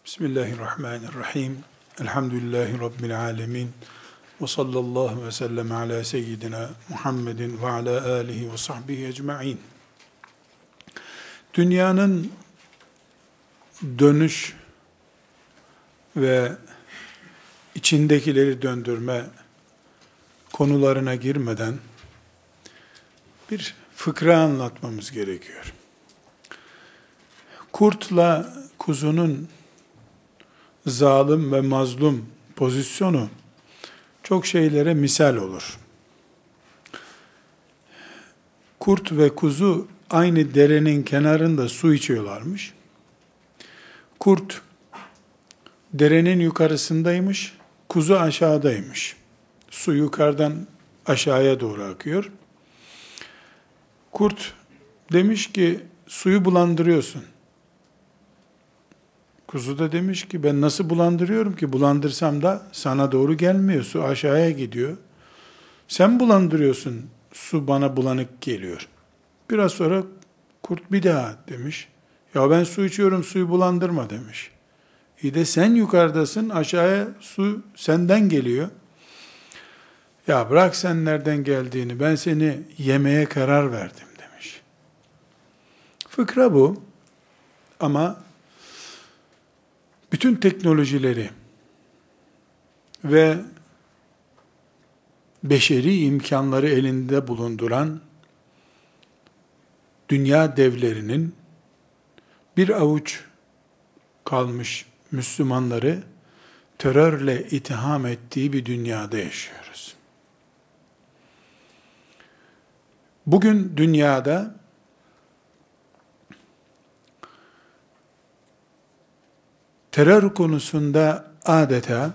Bismillahirrahmanirrahim. Elhamdülillahi Rabbil alemin. Ve sallallahu ve sellem ala seyyidina Muhammedin ve ala alihi ve sahbihi ecma'in. Dünyanın dönüş ve içindekileri döndürme konularına girmeden bir fıkra anlatmamız gerekiyor. Kurtla kuzunun zalim ve mazlum pozisyonu çok şeylere misal olur. Kurt ve kuzu aynı derenin kenarında su içiyorlarmış. Kurt derenin yukarısındaymış, kuzu aşağıdaymış. Su yukarıdan aşağıya doğru akıyor. Kurt demiş ki suyu bulandırıyorsun. Kuzu da demiş ki ben nasıl bulandırıyorum ki? Bulandırsam da sana doğru gelmiyor. Su aşağıya gidiyor. Sen bulandırıyorsun. Su bana bulanık geliyor. Biraz sonra kurt bir daha demiş. Ya ben su içiyorum, suyu bulandırma demiş. İyi de sen yukarıdasın, aşağıya su senden geliyor. Ya bırak sen nereden geldiğini, ben seni yemeye karar verdim demiş. Fıkra bu. Ama bütün teknolojileri ve beşeri imkanları elinde bulunduran dünya devlerinin bir avuç kalmış Müslümanları terörle itham ettiği bir dünyada yaşıyoruz. Bugün dünyada terör konusunda adeta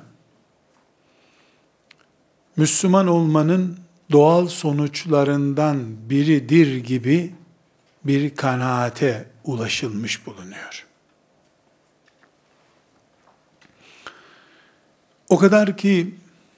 Müslüman olmanın doğal sonuçlarından biridir gibi bir kanaate ulaşılmış bulunuyor. O kadar ki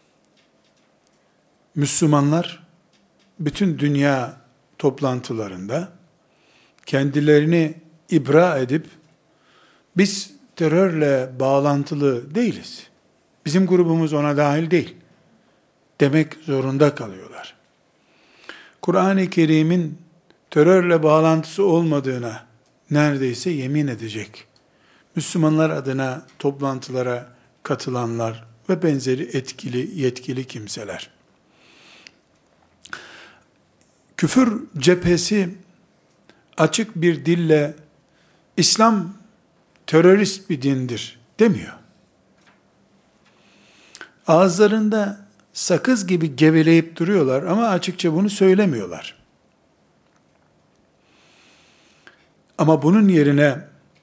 Müslümanlar bütün dünya toplantılarında kendilerini ibra edip biz terörle bağlantılı değiliz, bizim grubumuz ona dahil değil demek zorunda kalıyorlar. Kur'an-ı Kerim'in terörle bağlantısı olmadığına neredeyse yemin edecek Müslümanlar adına toplantılara katılanlar ve benzeri etkili, yetkili kimseler. Küfür cephesi açık bir dille İslam terörist bir dindir demiyor. Ağızlarında sakız gibi geveleyip duruyorlar ama açıkça bunu söylemiyorlar. Ama bunun yerine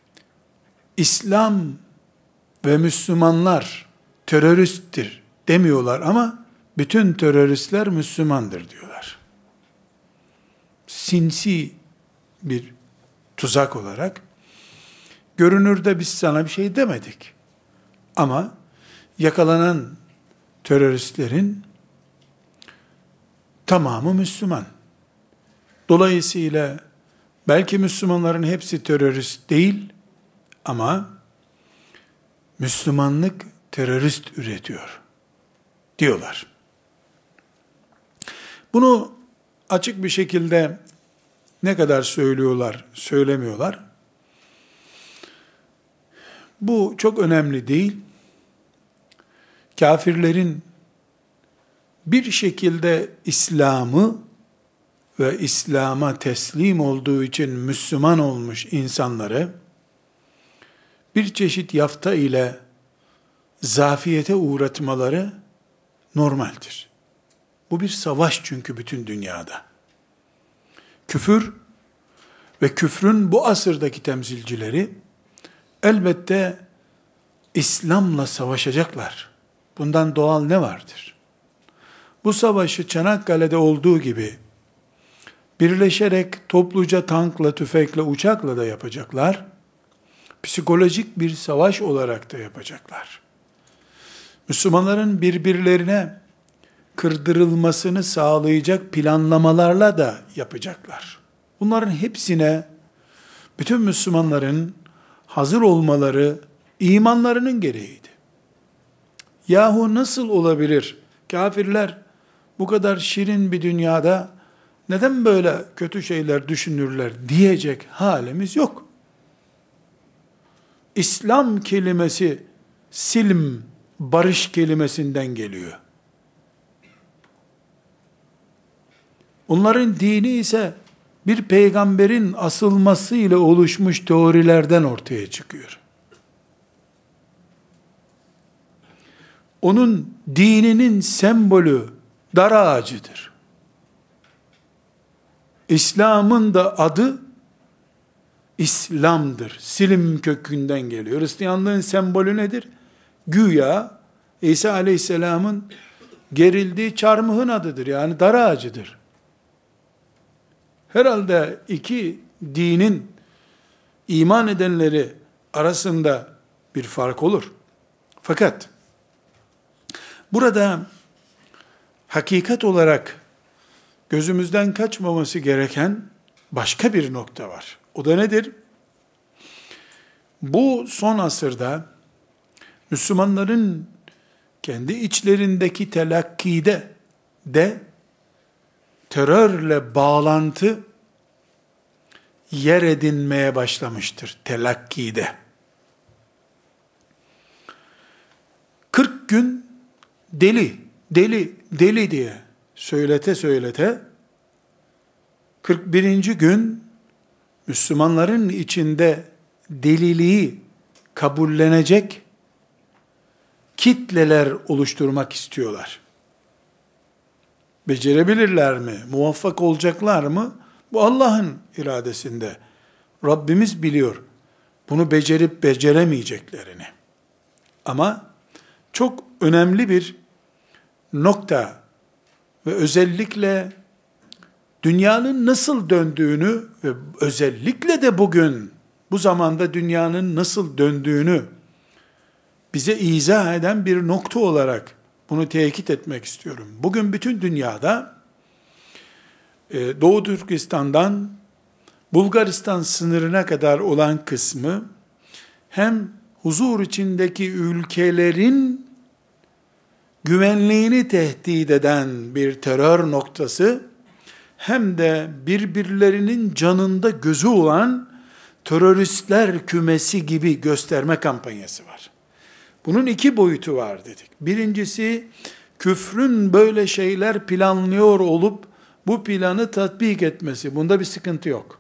İslam ve Müslümanlar teröristtir demiyorlar ama bütün teröristler Müslümandır diyorlar. Sinsi bir tuzak olarak görünürde biz sana bir şey demedik. Ama yakalanan teröristlerin tamamı Müslüman. Dolayısıyla belki Müslümanların hepsi terörist değil ama Müslümanlık terörist üretiyor diyorlar. Bunu açık bir şekilde ne kadar söylüyorlar, söylemiyorlar. Bu çok önemli değil. Kafirlerin bir şekilde İslam'ı ve İslam'a teslim olduğu için Müslüman olmuş insanları bir çeşit yafta ile zafiyete uğratmaları normaldir. Bu bir savaş çünkü bütün dünyada. Küfür ve küfrün bu asırdaki temsilcileri elbette İslam'la savaşacaklar. Bundan doğal ne vardır? Bu savaşı Çanakkale'de olduğu gibi birleşerek topluca tankla, tüfekle, uçakla da yapacaklar. Psikolojik bir savaş olarak da yapacaklar. Müslümanların birbirlerine kırdırılmasını sağlayacak planlamalarla da yapacaklar. Bunların hepsine bütün Müslümanların hazır olmaları İmanlarının gereğiydi. Yahu nasıl olabilir? Kafirler bu kadar şirin bir dünyada neden böyle kötü şeyler düşünürler diyecek halimiz yok. İslam kelimesi silm, barış kelimesinden geliyor. Onların dini ise bir peygamberin asılması ile oluşmuş teorilerden ortaya çıkıyor. Onun dininin sembolü dar ağacıdır. İslam'ın da adı İslam'dır. Silim kökünden geliyor. Hristiyanlığın sembolü nedir? Güya İsa Aleyhisselam'ın gerildiği çarmıhın adıdır. Yani dar ağacıdır. Herhalde iki dinin iman edenleri arasında bir fark olur. Fakat burada hakikat olarak gözümüzden kaçmaması gereken başka bir nokta var. O da nedir? Bu son asırda Müslümanların kendi içlerindeki telakkide de terörle bağlantı yer edinmeye başlamıştır telakkide. 40 gün deli diye söylete 41. gün Müslümanların içinde deliliği kabullenecek kitleler oluşturmak istiyorlar. Becerebilirler mi? Muvaffak olacaklar mı? Bu Allah'ın iradesinde. Rabbimiz biliyor bunu becerip beceremeyeceklerini. Ama çok önemli bir nokta ve özellikle dünyanın nasıl döndüğünü ve özellikle de bugün bu zamanda dünyanın nasıl döndüğünü bize izah eden bir nokta olarak bunu tekit etmek istiyorum. Bugün bütün dünyada Doğu Türkistan'dan Bulgaristan sınırına kadar olan kısmı hem huzur içindeki ülkelerin güvenliğini tehdit eden bir terör noktası, hem de birbirlerinin canında gözü olan teröristler kümesi gibi gösterme kampanyası var. Bunun iki boyutu var dedik. Birincisi, küfrün böyle şeyler planlıyor olup bu planı tatbik etmesi. Bunda bir sıkıntı yok.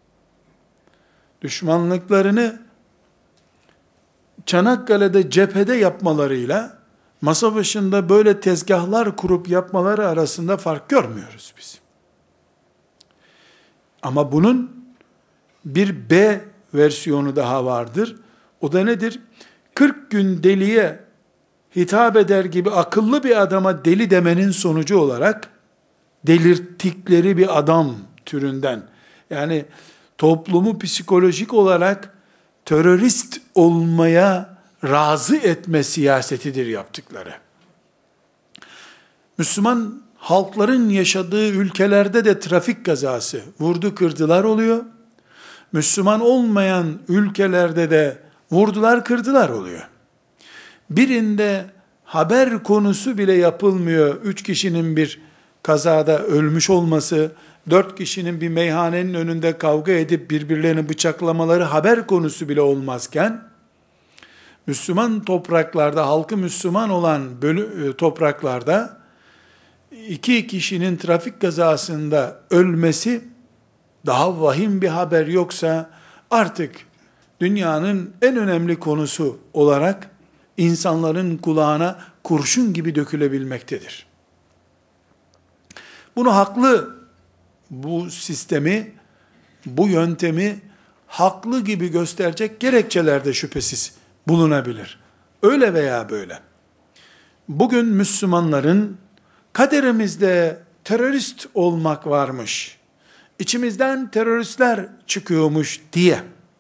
Düşmanlıklarını Çanakkale'de cephede yapmalarıyla masa başında böyle tezgahlar kurup yapmaları arasında fark görmüyoruz biz. Ama bunun bir B versiyonu daha vardır. O da nedir? 40 gün deliye hitap eder gibi akıllı bir adama deli demenin sonucu olarak delirttikleri bir adam türünden, yani toplumu psikolojik olarak terörist olmaya razı etme siyasetidir yaptıkları. Müslüman halkların yaşadığı ülkelerde de trafik kazası, vurdu kırdılar oluyor. Müslüman olmayan ülkelerde de vurdular kırdılar oluyor. Birinde haber konusu bile yapılmıyor. 3 kişinin bir kazada ölmüş olması, 4 kişinin bir meyhanenin önünde kavga edip birbirlerini bıçaklamaları haber konusu bile olmazken, Müslüman topraklarda, halkı Müslüman olan topraklarda 2 kişinin trafik kazasında ölmesi daha vahim bir haber yoksa artık dünyanın en önemli konusu olarak insanların kulağına kurşun gibi dökülebilmektedir. Bunu haklı, bu sistemi, bu yöntemi haklı gibi gösterecek gerekçeler de şüphesiz bulunabilir. Öyle veya böyle. Bugün Müslümanların kaderimizde terörist olmak varmış, İçimizden teröristler çıkıyormuş diye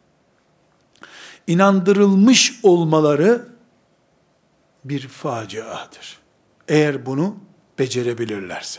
inandırılmış olmaları bir faciadır. Eğer bunu becerebilirlerse.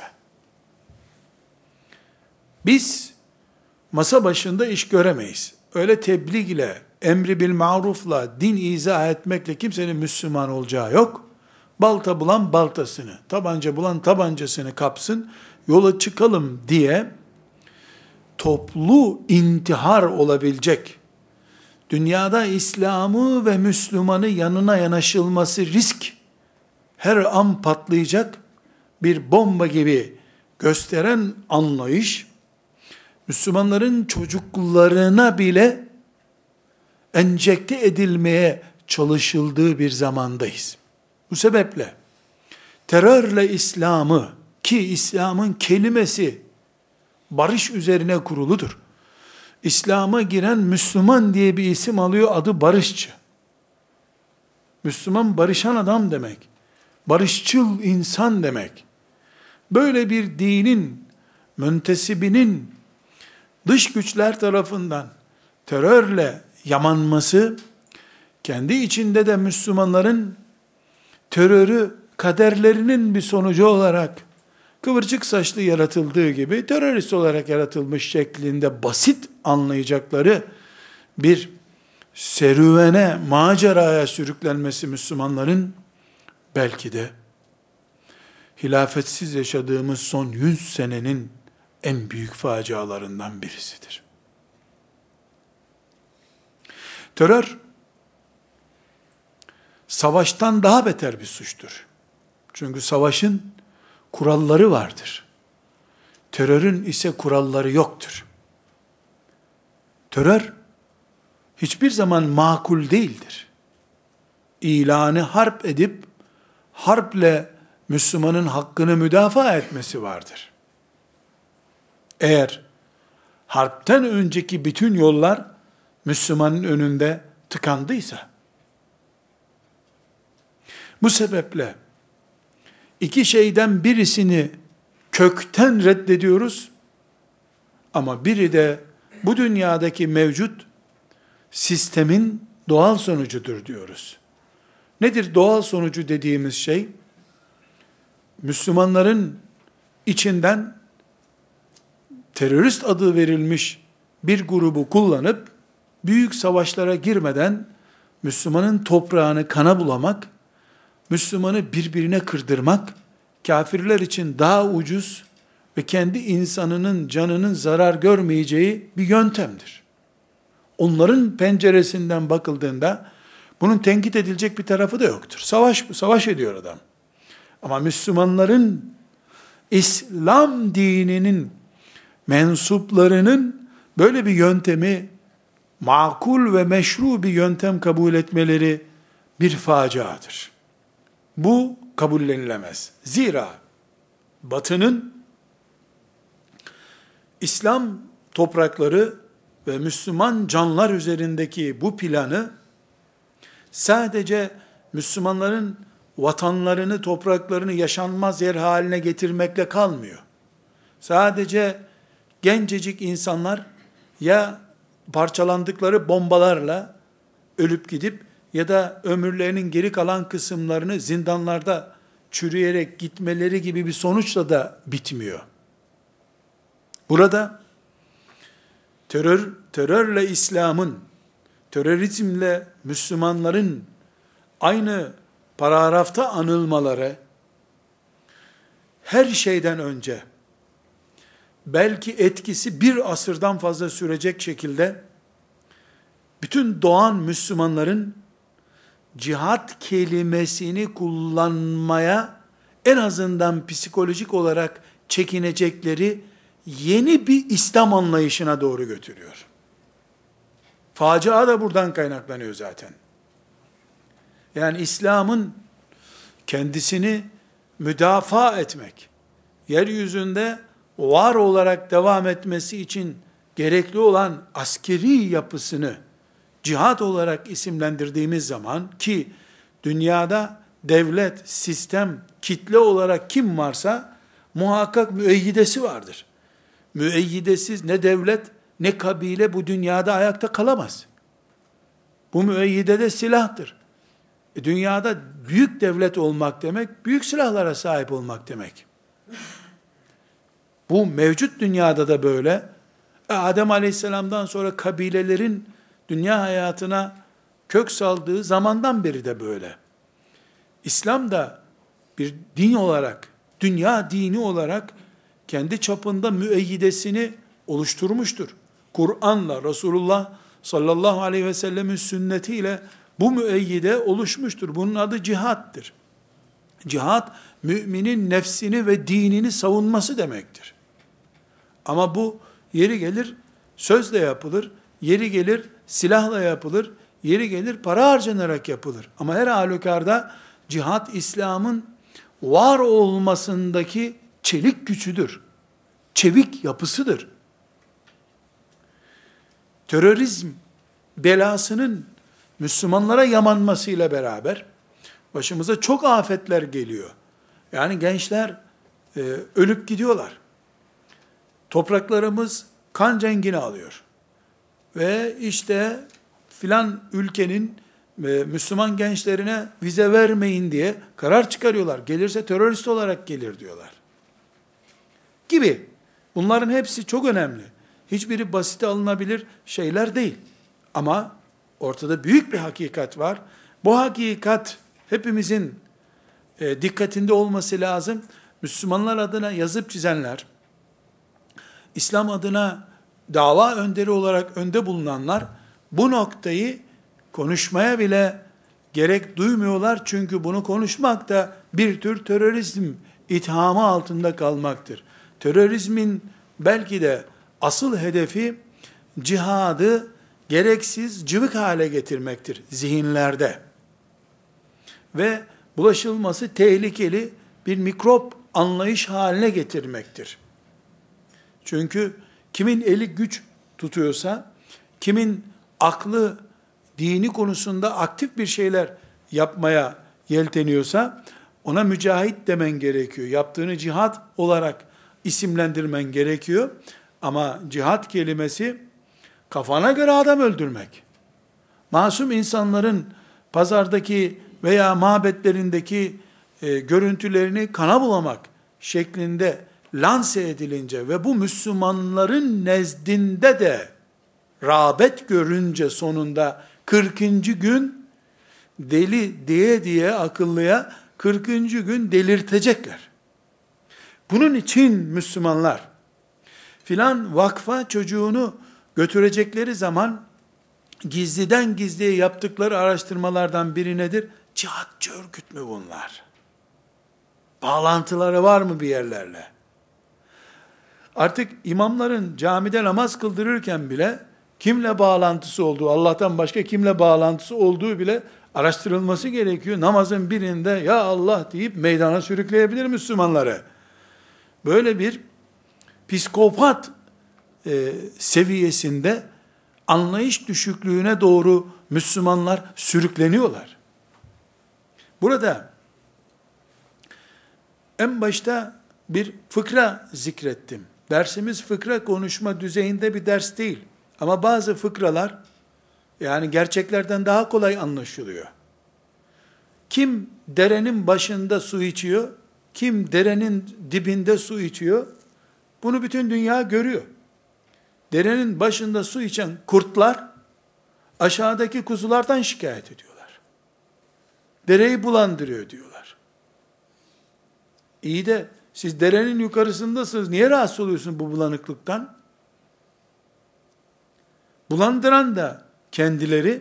Biz masa başında iş göremeyiz. Öyle tebliğ ile emri bil marufla, din izah etmekle kimsenin Müslüman olacağı yok. Balta bulan baltasını, tabanca bulan tabancasını kapsın, yola çıkalım diye toplu intihar olabilecek, dünyada İslam'ı ve Müslüman'ı yanına yanaşılması risk, her an patlayacak bir bomba gibi gösteren anlayış, Müslümanların çocuklarına bile enjekte edilmeye çalışıldığı bir zamandayız. Bu sebeple terörle İslam'ı, ki İslam'ın kelimesi barış üzerine kuruludur. İslam'a giren Müslüman diye bir isim alıyor, adı barışçı. Müslüman barışan adam demek. Barışçıl insan demek. Böyle bir dinin müntesibinin dış güçler tarafından terörle yamanması, kendi içinde de Müslümanların terörü kaderlerinin bir sonucu olarak kıvırcık saçlı yaratıldığı gibi terörist olarak yaratılmış şeklinde basit anlayacakları bir serüvene, maceraya sürüklenmesi Müslümanların belki de hilafetsiz yaşadığımız son 100 senenin en büyük facialarından birisidir. Terör, savaştan daha beter bir suçtur. Çünkü savaşın kuralları vardır. Terörün ise kuralları yoktur. Terör, hiçbir zaman makul değildir. İlanı harp edip, harple Müslümanın hakkını müdafaa etmesi vardır. Eğer harpten önceki bütün yollar Müslümanın önünde tıkandıysa, bu sebeple iki şeyden birisini kökten reddediyoruz, ama biri de bu dünyadaki mevcut sistemin doğal sonucudur diyoruz. Nedir doğal sonucu dediğimiz şey? Müslümanların içinden terörist adı verilmiş bir grubu kullanıp büyük savaşlara girmeden Müslümanın toprağını kana bulamak, Müslümanı birbirine kırdırmak, kafirler için daha ucuz ve kendi insanının canının zarar görmeyeceği bir yöntemdir. Onların penceresinden bakıldığında bunun tenkit edilecek bir tarafı da yoktur. Savaş ediyor adam. Ama Müslümanların İslam dininin mensuplarının böyle bir yöntemi makul ve meşru bir yöntem kabul etmeleri bir faciadır. Bu kabullenilemez. Zira Batı'nın İslam toprakları ve Müslüman canlar üzerindeki bu planı sadece Müslümanların vatanlarını, topraklarını yaşanmaz yer haline getirmekle kalmıyor. Sadece gencecik insanlar ya parçalandıkları bombalarla ölüp gidip ya da ömürlerinin geri kalan kısımlarını zindanlarda çürüyerek gitmeleri gibi bir sonuçla da bitmiyor. Burada terörle İslam'ın, terörizmle Müslümanların aynı paragrafta anılmaları, her şeyden önce, belki etkisi bir asırdan fazla sürecek şekilde, bütün doğan Müslümanların cihat kelimesini kullanmaya en azından psikolojik olarak çekinecekleri yeni bir İslam anlayışına doğru götürüyor. Facia da buradan kaynaklanıyor zaten. Yani İslam'ın kendisini müdafaa etmek, yeryüzünde var olarak devam etmesi için gerekli olan askeri yapısını cihat olarak isimlendirdiğimiz zaman, ki dünyada devlet, sistem, kitle olarak kim varsa muhakkak müeyyidesi vardır. Müeyyidesiz ne devlet ne kabile bu dünyada ayakta kalamaz. Bu müeyyide de silahtır. Dünyada büyük devlet olmak demek, büyük silahlara sahip olmak demek. Bu mevcut dünyada da böyle. Adem Aleyhisselam'dan sonra kabilelerin dünya hayatına kök saldığı zamandan beri de böyle. İslam da bir din olarak, dünya dini olarak kendi çapında müeyyidesini oluşturmuştur. Kur'an'la, Resulullah sallallahu aleyhi ve sellemin sünnetiyle bu müeyyide oluşmuştur. Bunun adı cihattır. Cihat, müminin nefsini ve dinini savunması demektir. Ama bu yeri gelir sözle yapılır, yeri gelir silahla yapılır, yeri gelir para harcanarak yapılır. Ama her halükarda cihat İslam'ın var olmasındaki çelik gücüdür. Çevik yapısıdır. Terörizm belasının Müslümanlara yamanmasıyla beraber başımıza çok afetler geliyor. Yani gençler ölüp gidiyorlar. Topraklarımız kan cengini alıyor. Ve işte filan ülkenin Müslüman gençlerine vize vermeyin diye karar çıkarıyorlar. Gelirse terörist olarak gelir diyorlar. Gibi. Bunların hepsi çok önemli. Hiçbiri basite alınabilir şeyler değil. Ama ortada büyük bir hakikat var. Bu hakikat hepimizin dikkatinde olması lazım. Müslümanlar adına yazıp çizenler, İslam adına dava önderi olarak önde bulunanlar bu noktayı konuşmaya bile gerek duymuyorlar. Çünkü bunu konuşmak da bir tür terörizm ithamı altında kalmaktır. Terörizmin belki de asıl hedefi cihadı gereksiz cıvık hale getirmektir zihinlerde. Ve bulaşılması tehlikeli bir mikrop anlayış haline getirmektir. Çünkü kimin eli güç tutuyorsa, kimin aklı dini konusunda aktif bir şeyler yapmaya yelteniyorsa, ona mücahit demen gerekiyor. Yaptığını cihat olarak isimlendirmen gerekiyor. Ama cihat kelimesi kafana göre adam öldürmek. Masum insanların pazardaki veya mabetlerindeki görüntülerini kana bulamak şeklinde lanse edilince ve bu Müslümanların nezdinde de rağbet görünce sonunda 40. gün deli diye akıllıya 40. gün delirtecekler. Bunun için Müslümanlar filan vakfa çocuğunu götürecekleri zaman gizliden gizliye yaptıkları araştırmalardan biri nedir? Cihatçı örgüt mü bunlar? Bağlantıları var mı bir yerlerle? Artık imamların camide namaz kıldırırken bile kimle bağlantısı olduğu, Allah'tan başka kimle bağlantısı olduğu bile araştırılması gerekiyor. Namazın birinde ya Allah deyip meydana sürükleyebilir Müslümanları. Böyle bir psikopat seviyesinde anlayış düşüklüğüne doğru Müslümanlar sürükleniyorlar. Burada en başta bir fıkra zikrettim. Dersimiz fıkra konuşma düzeyinde bir ders değil. Ama bazı fıkralar yani gerçeklerden daha kolay anlaşılıyor. Kim derenin başında su içiyor, kim derenin dibinde su içiyor, bunu bütün dünya görüyor. Derenin başında su içen kurtlar, aşağıdaki kuzulardan şikayet ediyorlar. Dereyi bulandırıyor diyorlar. İyi de siz derenin yukarısındasınız, niye rahatsız oluyorsunuz bu bulanıklıktan? Bulandıran da kendileri,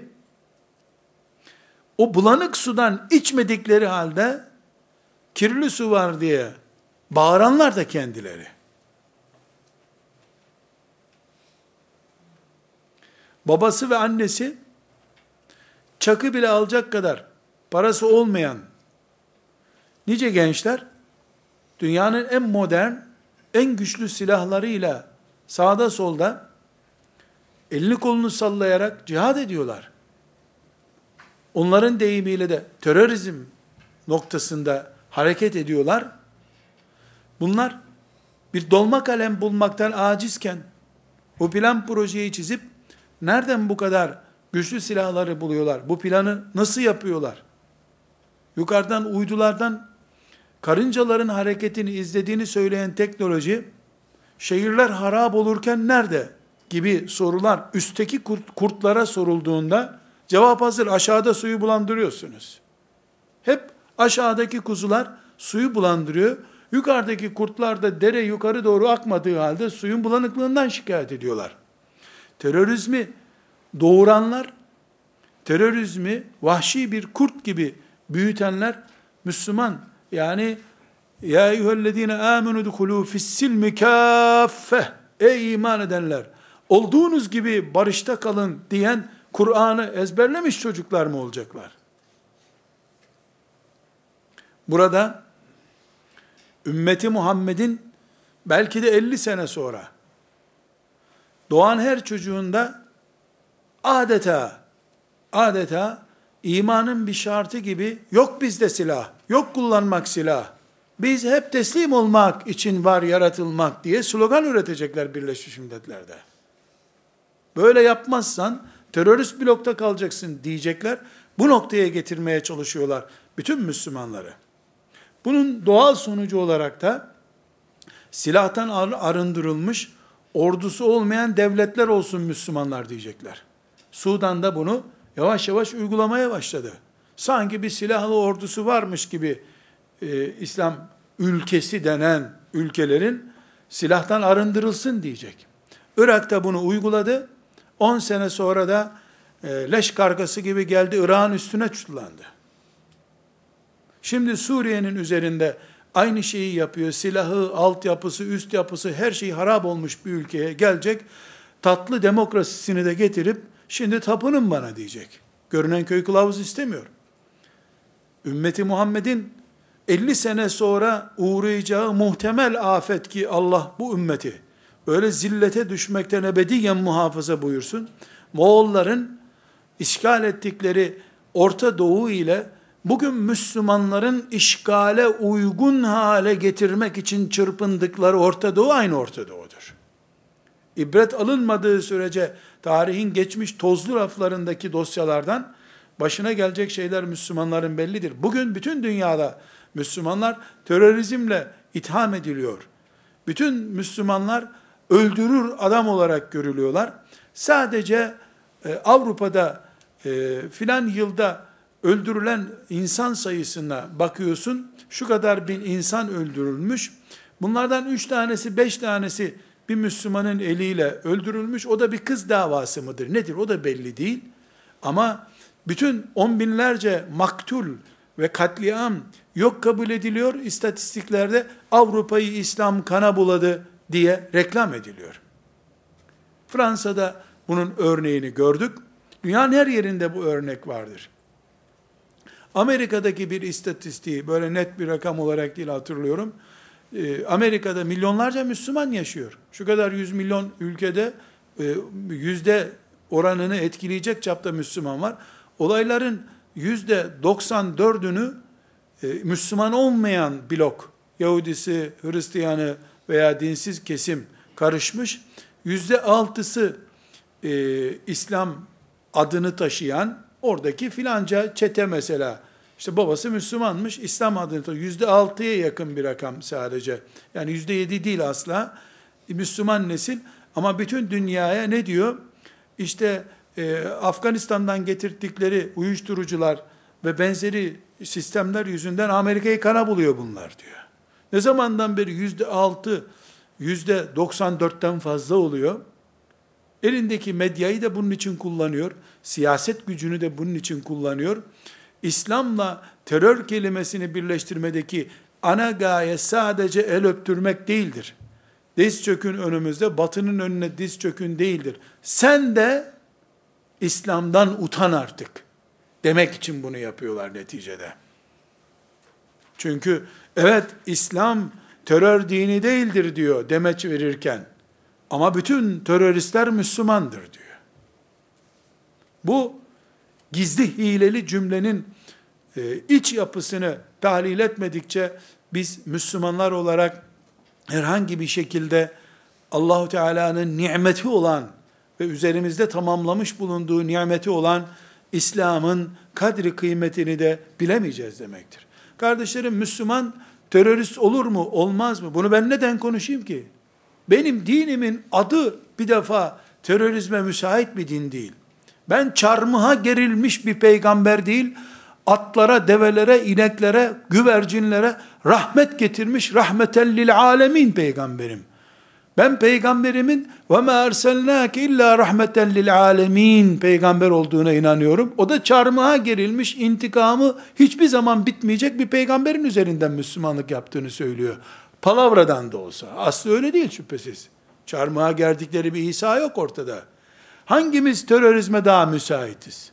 o bulanık sudan içmedikleri halde, kirli su var diye bağıranlar da kendileri. Babası ve annesi, çakı bile alacak kadar parası olmayan nice gençler, dünyanın en modern, en güçlü silahlarıyla sağda solda elini kolunu sallayarak cihad ediyorlar. Onların deyimiyle de terörizm noktasında hareket ediyorlar. Bunlar bir dolma kalem bulmaktan acizken o plan projeyi çizip nereden bu kadar güçlü silahları buluyorlar? Bu planı nasıl yapıyorlar? Yukarıdan uydulardan karıncaların hareketini izlediğini söyleyen teknoloji, şehirler harap olurken nerede gibi sorular üstteki kurtlara sorulduğunda cevap hazır. Aşağıda suyu bulandırıyorsunuz. Hep aşağıdaki kuzular suyu bulandırıyor. Yukarıdaki kurtlar da dere yukarı doğru akmadığı halde suyun bulanıklığından şikayet ediyorlar. Terörizmi doğuranlar, terörizmi vahşi bir kurt gibi büyütenler Müslüman. Yani ya eyyühellezine amenu dukhulu fissilmi kâffeh, ey iman edenler, olduğunuz gibi barışta kalın diyen Kur'an'ı ezberlemiş çocuklar mı olacaklar? Burada ümmeti Muhammed'in belki de 50 sene sonra doğan her çocuğunda adeta imanın bir şartı gibi, yok bizde silah, yok kullanmak silah, biz hep teslim olmak için var yaratılmak diye slogan üretecekler Birleşmiş Milletler'de. Böyle yapmazsan terörist blokta kalacaksın diyecekler. Bu noktaya getirmeye çalışıyorlar bütün Müslümanları. Bunun doğal sonucu olarak da silahtan arındırılmış, ordusu olmayan devletler olsun Müslümanlar diyecekler. Sudan'da bunu yavaş yavaş uygulamaya başladı. Sanki bir silahlı ordusu varmış gibi İslam ülkesi denen ülkelerin silahtan arındırılsın diyecek. Irak da bunu uyguladı. 10 sene sonra da leş kargası gibi geldi, Irak'ın üstüne çullandı. Şimdi Suriye'nin üzerinde aynı şeyi yapıyor. Silahı, altyapısı, üst yapısı, her şey harap olmuş bir ülkeye gelecek. Tatlı demokrasisini de getirip şimdi tapının bana diyecek. Görünen köy kılavuz istemiyor. Ümmeti Muhammed'in 50 sene sonra uğrayacağı muhtemel afet ki Allah bu ümmeti böyle zillete düşmekten ebediyen muhafaza buyursun. Moğolların işgal ettikleri Orta Doğu ile bugün Müslümanların işgale uygun hale getirmek için çırpındıkları Orta Doğu aynı Orta Doğu'dur. İbret alınmadığı sürece tarihin geçmiş tozlu raflarındaki dosyalardan başına gelecek şeyler Müslümanların bellidir. Bugün bütün dünyada Müslümanlar terörizmle itham ediliyor. Bütün Müslümanlar öldürür adam olarak görülüyorlar. Sadece Avrupa'da filan yılda öldürülen insan sayısına bakıyorsun, şu kadar bin insan öldürülmüş. Bunlardan 3 tanesi, 5 tanesi bir Müslümanın eliyle öldürülmüş. O da bir kız davası mıdır? Nedir? O da belli değil. Ama bütün on binlerce maktul ve katliam yok kabul ediliyor. İstatistiklerde Avrupa'yı İslam kana buladı diye reklam ediliyor. Fransa'da bunun örneğini gördük. Dünyanın her yerinde bu örnek vardır. Amerika'daki bir istatistiği, böyle net bir rakam olarak değil hatırlıyorum. Amerika'da milyonlarca Müslüman yaşıyor. Şu kadar 100 milyon ülkede yüzde oranını etkileyecek çapta Müslüman var. Olayların %94'ünü Müslüman olmayan blok, Yahudisi, Hristiyanı veya dinsiz kesim karışmış. %6'sı İslam adını taşıyan, oradaki filanca çete mesela, işte babası Müslümanmış, İslam adını taşıyor. %6'ya yakın bir rakam sadece. Yani %7 değil asla. Müslüman nesil. Ama bütün dünyaya ne diyor? İşte Afganistan'dan getirttikleri uyuşturucular ve benzeri sistemler yüzünden Amerika'yı kana buluyor bunlar diyor. Ne zamandan beri %6, %94'ten fazla oluyor? Elindeki medyayı da bunun için kullanıyor. Siyaset gücünü de bunun için kullanıyor. İslam'la terör kelimesini birleştirmedeki ana gaye sadece el öptürmek değildir. Diz çökün önümüzde, batının önüne diz çökün değildir. Sen de İslam'dan utan artık demek için bunu yapıyorlar neticede. Çünkü evet, İslam terör dini değildir diyor demeç verirken, ama bütün teröristler Müslümandır diyor. Bu gizli hileli cümlenin iç yapısını tahlil etmedikçe biz Müslümanlar olarak herhangi bir şekilde Allahu Teala'nın nimeti olan ve üzerimizde tamamlamış bulunduğu nimeti olan İslam'ın kadri kıymetini de bilemeyeceğiz demektir. Kardeşlerim, Müslüman terörist olur mu, olmaz mı? Bunu ben neden konuşayım ki? Benim dinimin adı bir defa terörizme müsait bir din değil. Ben çarmıha gerilmiş bir peygamber değil, atlara, develere, ineklere, güvercinlere rahmet getirmiş, rahmeten lil alemin peygamberim. Ben peygamberimin ve ma erselnake illa rahmeten lil alemin peygamber olduğuna inanıyorum. O da çarmıha gerilmiş, intikamı hiçbir zaman bitmeyecek bir peygamberin üzerinden Müslümanlık yaptığını söylüyor. Palavradan da olsa. Aslı öyle değil şüphesiz. Çarmıha gerdikleri bir İsa yok ortada. Hangimiz terörizme daha müsaitiz?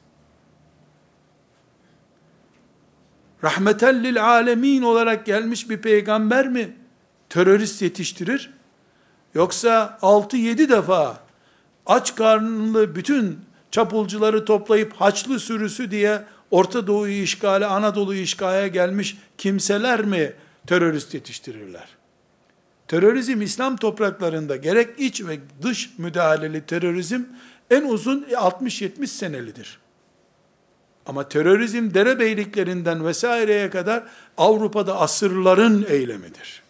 Rahmeten lil alemin olarak gelmiş bir peygamber mi terörist yetiştirir? Yoksa 6-7 defa aç karnlı bütün çapulcuları toplayıp Haçlı sürüsü diye Orta Doğu'yu işgale, Anadolu'yu işgale gelmiş kimseler mi terörist yetiştirirler? Terörizm İslam topraklarında gerek iç ve dış müdahaleli terörizm en uzun 60-70 senelidir. Ama terörizm derebeyliklerinden vesaireye kadar Avrupa'da asırların eylemidir.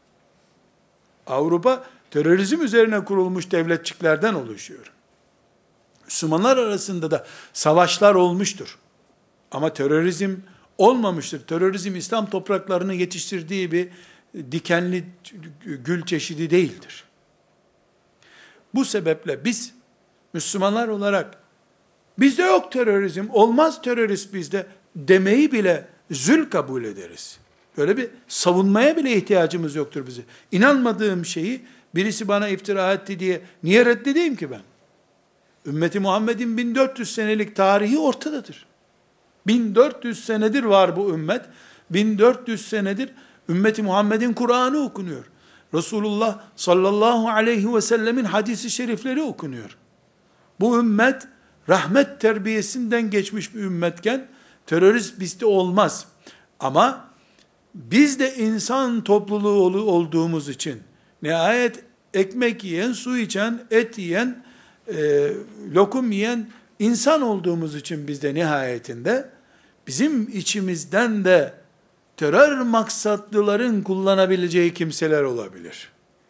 Avrupa terörizm üzerine kurulmuş devletçiklerden oluşuyor. Müslümanlar arasında da savaşlar olmuştur. Ama terörizm olmamıştır. Terörizm İslam topraklarını yetiştirdiği bir dikenli gül çeşidi değildir. Bu sebeple biz Müslümanlar olarak bizde yok terörizm, olmaz terörist bizde demeyi bile zül kabul ederiz. Böyle bir savunmaya bile ihtiyacımız yoktur bize. İnanmadığım şeyi birisi bana iftira etti diye niye reddedeyim ki ben? Ümmeti Muhammed'in 1400 senelik tarihi ortadadır. 1400 senedir var bu ümmet. 1400 senedir ümmeti Muhammed'in Kur'an'ı okunuyor. Resulullah sallallahu aleyhi ve sellemin hadisi şerifleri okunuyor. Bu ümmet rahmet terbiyesinden geçmiş bir ümmetken terörist bizde olmaz. Ama biz de insan topluluğu olduğumuz için nihayet ekmek yiyen, su içen, et yiyen, lokum yiyen insan olduğumuz için biz de nihayetinde bizim içimizden de terör maksatlıların kullanabileceği kimseler olabilir.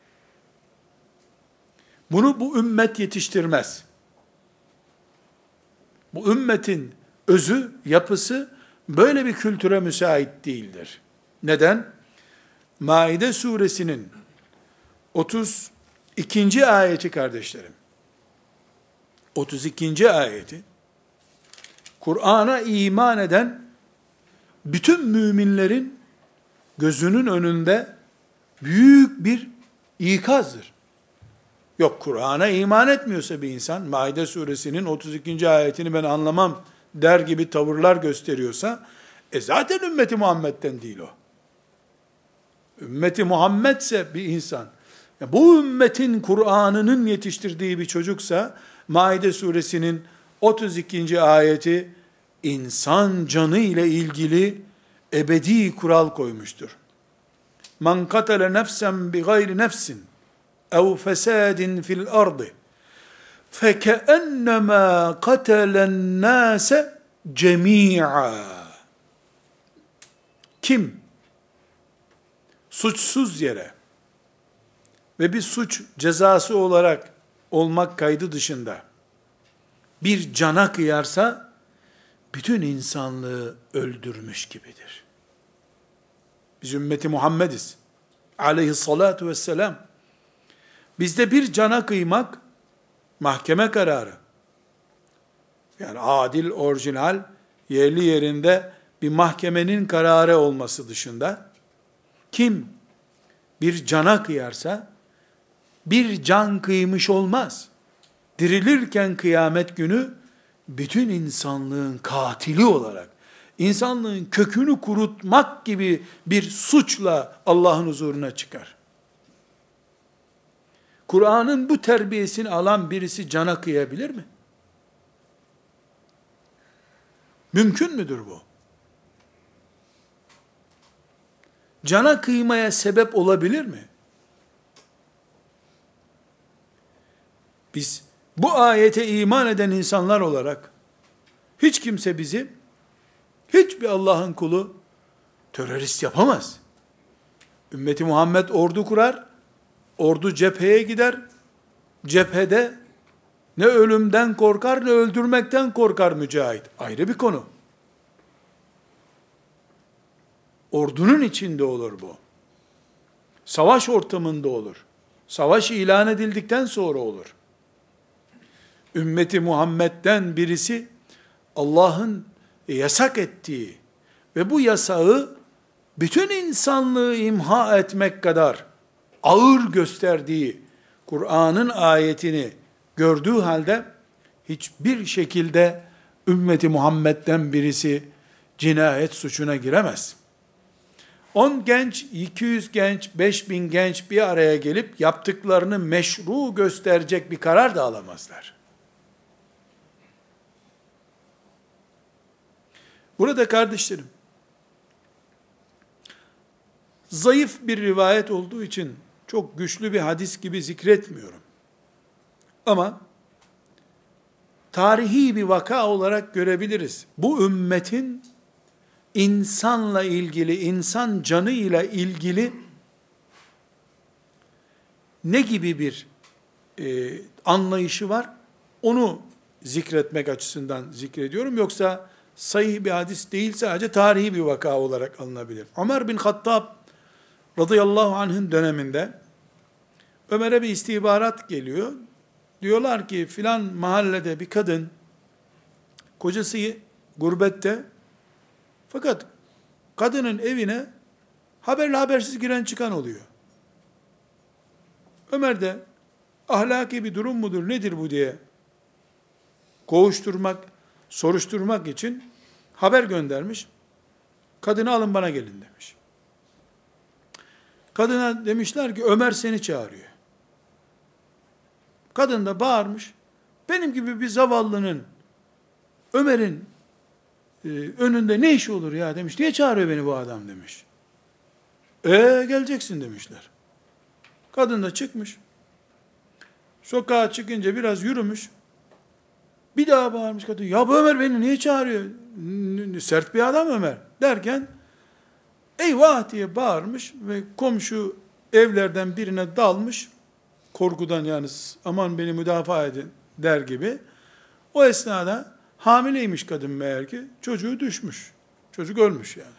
Bunu bu ümmet yetiştirmez. Bu ümmetin özü, yapısı böyle bir kültüre müsait değildir. Neden? Maide suresinin 32. ayeti kardeşlerim. 32. ayeti Kur'an'a iman eden bütün müminlerin gözünün önünde büyük bir ikazdır. Yok, Kur'an'a iman etmiyorsa bir insan, Maide suresinin 32. ayetini ben anlamam der gibi tavırlar gösteriyorsa, zaten ümmeti Muhammed'den değil o. Ümmeti Muhammedse bir insan, bu ümmetin Kur'an'ının yetiştirdiği bir çocuksa, Maide suresinin 32. ayeti, insan canı ile ilgili ebedi kural koymuştur. Man katale nefsen bi gayri nefsin ev fesadin fil ardı fekeennemâ katelen nâse cemî'a. Kim suçsuz yere ve bir suç cezası olarak olmak kaydı dışında bir cana kıyarsa bütün insanlığı öldürmüş gibidir. Biz ümmeti Muhammediz. Aleyhissalatu vesselam. Bizde bir cana kıymak mahkeme kararı. Yani adil, orijinal, yerli yerinde bir mahkemenin kararı olması dışında kim bir cana kıyarsa bir can kıymış olmaz. Dirilirken kıyamet günü bütün insanlığın katili olarak, insanlığın kökünü kurutmak gibi bir suçla Allah'ın huzuruna çıkar. Kur'an'ın bu terbiyesini alan birisi cana kıyabilir mi? Mümkün müdür bu? Cana kıymaya sebep olabilir mi? Biz bu ayete iman eden insanlar olarak hiç kimse bizi, hiçbir Allah'ın kulu terörist yapamaz. Ümmeti Muhammed ordu kurar, ordu cepheye gider, cephede Ne ölümden korkar, ne öldürmekten korkar mücahit. Ayrı bir konu. Ordunun içinde olur bu. Savaş ortamında olur. Savaş ilan edildikten sonra olur. Ümmeti Muhammed'den birisi Allah'ın yasak ettiği ve bu yasağı bütün insanlığı imha etmek kadar ağır gösterdiği Kur'an'ın ayetini gördüğü halde hiçbir şekilde ümmeti Muhammed'den birisi cinayet suçuna giremez. 10 genç, 200 genç, 5000 genç bir araya gelip yaptıklarını meşru gösterecek bir karar da alamazlar. Burada kardeşlerim, zayıf bir rivayet olduğu için çok güçlü bir hadis gibi zikretmiyorum. Ama tarihi bir vaka olarak görebiliriz. Bu ümmetin insanla ilgili, insan canıyla ilgili ne gibi bir anlayışı var? Onu zikretmek açısından zikrediyorum. Yoksa sahih bir hadis değil, sadece tarihi bir vaka olarak alınabilir. Ömer bin Hattab radıyallahu anh'ın döneminde Ömer'e bir istihbarat geliyor. Diyorlar ki filan mahallede bir kadın, kocası gurbette, fakat kadının evine haberli habersiz giren çıkan oluyor. Ömer de ahlaki bir durum mudur nedir bu diye kovuşturmak, soruşturmak için haber göndermiş. Kadını alın bana gelin demiş. Kadına demişler ki Ömer seni çağırıyor. Kadın da bağırmış. Benim gibi bir zavallının Ömer'in önünde ne işi olur ya demiş. Niye çağırıyor beni bu adam demiş. Geleceksin demişler. Kadın da çıkmış. Sokağa çıkınca biraz yürümüş. Bir daha bağırmış kadın. Ya bu Ömer beni niye çağırıyor? Sert bir adam Ömer derken eyvah diye bağırmış ve komşu evlerden birine dalmış. Korkudan yani aman beni müdafaa edin der gibi. O esnada hamileymiş kadın meğer ki. Çocuğu düşmüş. Çocuk ölmüş yani.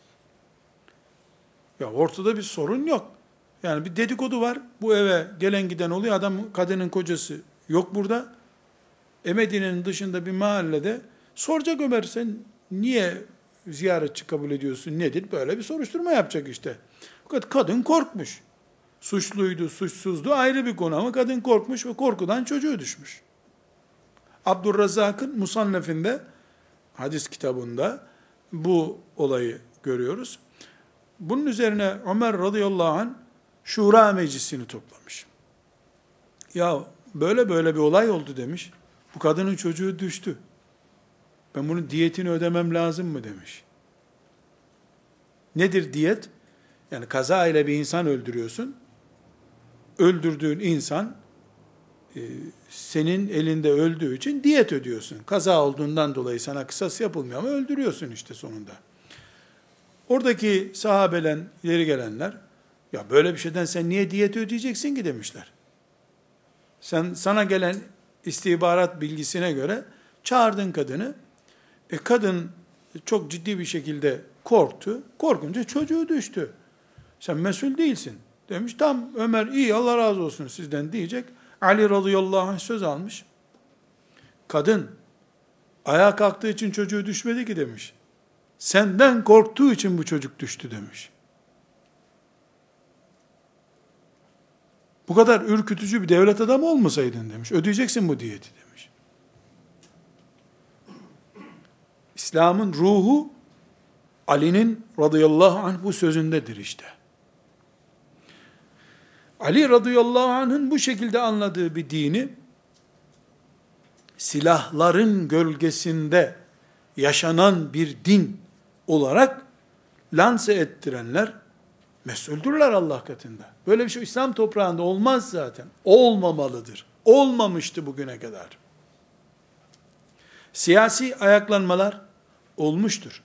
Ya ortada bir sorun yok. Yani bir dedikodu var. Bu eve gelen giden oluyor. Adam, kadının kocası yok burada. Medine'nin dışında bir mahallede soracak Ömer sen niye ziyaretçi kabul ediyorsun nedir? Böyle bir soruşturma yapacak işte. Fakat kadın korkmuş. Suçluydu, suçsuzdu ayrı bir konu ama kadın korkmuş ve korkudan çocuğu düşmüş. Abdurrazzak'ın Musannef'inde, hadis kitabında bu olayı görüyoruz. Bunun üzerine Ömer radıyallahu anh Şura meclisini toplamış. Ya böyle bir olay oldu demiş. Bu kadının çocuğu düştü. Ben bunun diyetini ödemem lazım mı demiş. Nedir diyet? Yani kaza ile bir insan öldürüyorsun. Öldürdüğün insan senin elinde öldüğü için diyet ödüyorsun. Kaza olduğundan dolayı sana kısas yapılmıyor ama öldürüyorsun işte sonunda. Oradaki sahabeler, ileri gelenler, ya böyle bir şeyden sen niye diyet ödeyeceksin ki demişler. Sana gelen istihbarat bilgisine göre çağırdın kadını. Kadın çok ciddi bir şekilde korktu. Korkunca çocuğu düştü. Sen mesul değilsin. Demiş tam Ömer iyi Allah razı olsun sizden diyecek. Ali radıyallahu anh söz almış. Kadın ayağa kalktığı için çocuğu düşmedi ki demiş. Senden korktuğu için bu çocuk düştü demiş. Bu kadar ürkütücü bir devlet adamı olmasaydın demiş. Ödeyeceksin bu diyeti demiş. İslam'ın ruhu Ali'nin radıyallahu anh bu sözündedir işte. Ali radıyallahu anh'ın bu şekilde anladığı bir dini silahların gölgesinde yaşanan bir din olarak lanse ettirenler mesuldürler Allah katında. Böyle bir şey İslam toprağında olmaz zaten. Olmamalıdır. Olmamıştı bugüne kadar. Siyasi ayaklanmalar olmuştur.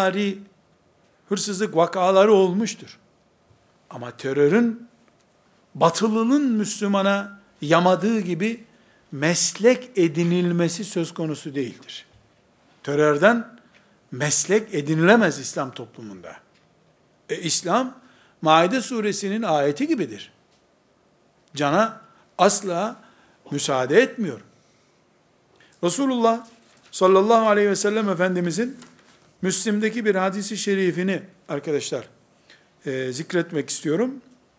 Çetevari hırsızlık vakaları olmuştur. Ama terörün batılının Müslümana yamadığı gibi meslek edinilmesi söz konusu değildir. Terörden meslek edinilemez İslam toplumunda. İslam, Maide suresinin ayeti gibidir. Cana asla müsaade etmiyor. Resulullah sallallahu aleyhi ve sellem Efendimizin Müslim'deki bir hadisi şerifini arkadaşlar zikretmek istiyorum.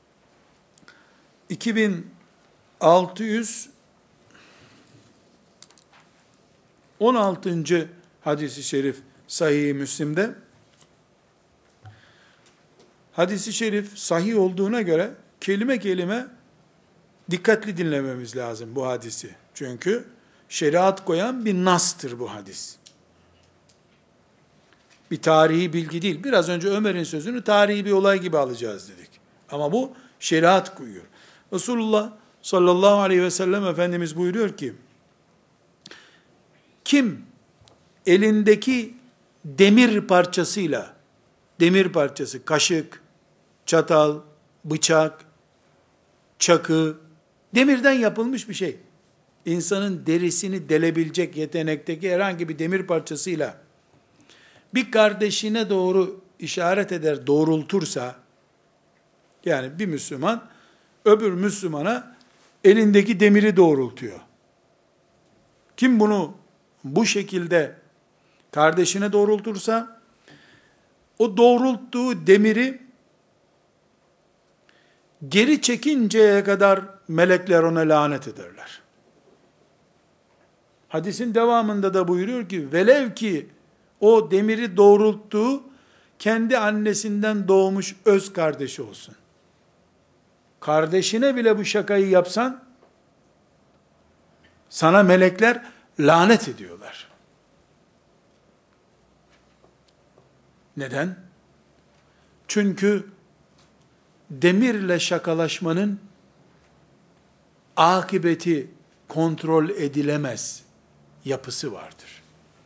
2616. hadisi şerif Sahih-i Müslim'de. Hadisi şerif sahih olduğuna göre kelime kelime dikkatli dinlememiz lazım bu hadisi. Çünkü şeriat koyan bir nastır bu hadis. Bir tarihi bilgi değil. Biraz önce Ömer'in sözünü tarihi bir olay gibi alacağız dedik. Ama bu şeriat koyuyor. Resulullah sallallahu aleyhi ve sellem Efendimiz buyuruyor ki, kim elindeki demir parçası, kaşık, çatal, bıçak, çakı, demirden yapılmış bir şey, İnsanın derisini delebilecek yetenekteki herhangi bir demir parçasıyla bir kardeşine doğru işaret eder, doğrultursa, yani bir Müslüman öbür Müslümana elindeki demiri doğrultuyor. Kim bunu bu şekilde kardeşine doğrultursa, o doğrulttuğu demiri geri çekinceye kadar melekler ona lanet ederler. Hadisin devamında da buyuruyor ki, velev ki o demiri doğrulttuğu kendi annesinden doğmuş öz kardeşi olsun. Kardeşine bile bu şakayı yapsan, sana melekler lanet ediyorlar. Neden? Çünkü demirle şakalaşmanın akıbeti kontrol edilemez yapısı vardır.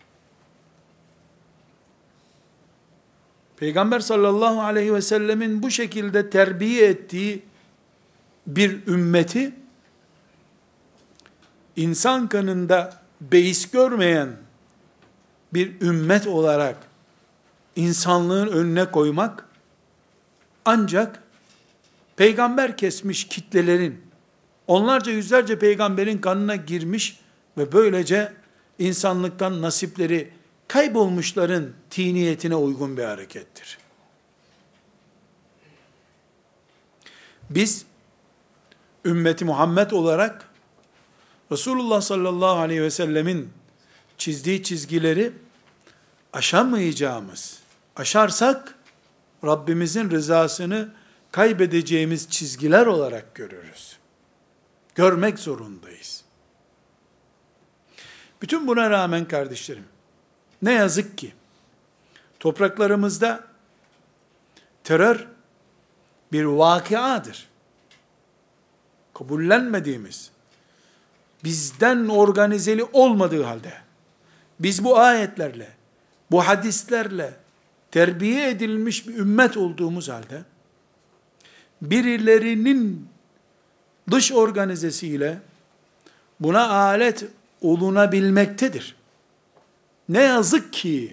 Peygamber sallallahu aleyhi ve sellemin bu şekilde terbiye ettiği bir ümmeti, insan kanında beis görmeyen bir ümmet olarak insanlığın önüne koymak, ancak peygamber kesmiş kitlelerin, onlarca yüzlerce peygamberin kanına girmiş ve böylece insanlıktan nasipleri kaybolmuşların tiniyetine uygun bir harekettir. Biz, ümmeti Muhammed olarak, Resulullah sallallahu aleyhi ve sellemin çizdiği çizgileri aşamayacağımız, aşarsak Rabbimizin rızasını kaybedeceğimiz çizgiler olarak görürüz. Görmek zorundayız. Bütün buna rağmen kardeşlerim, ne yazık ki topraklarımızda terör bir vakıadır. Kabullenmediğimiz, bizden organizeli olmadığı halde, biz bu ayetlerle, bu hadislerle terbiye edilmiş bir ümmet olduğumuz halde, birilerinin dış organizesiyle buna alet olunabilmektedir. Ne yazık ki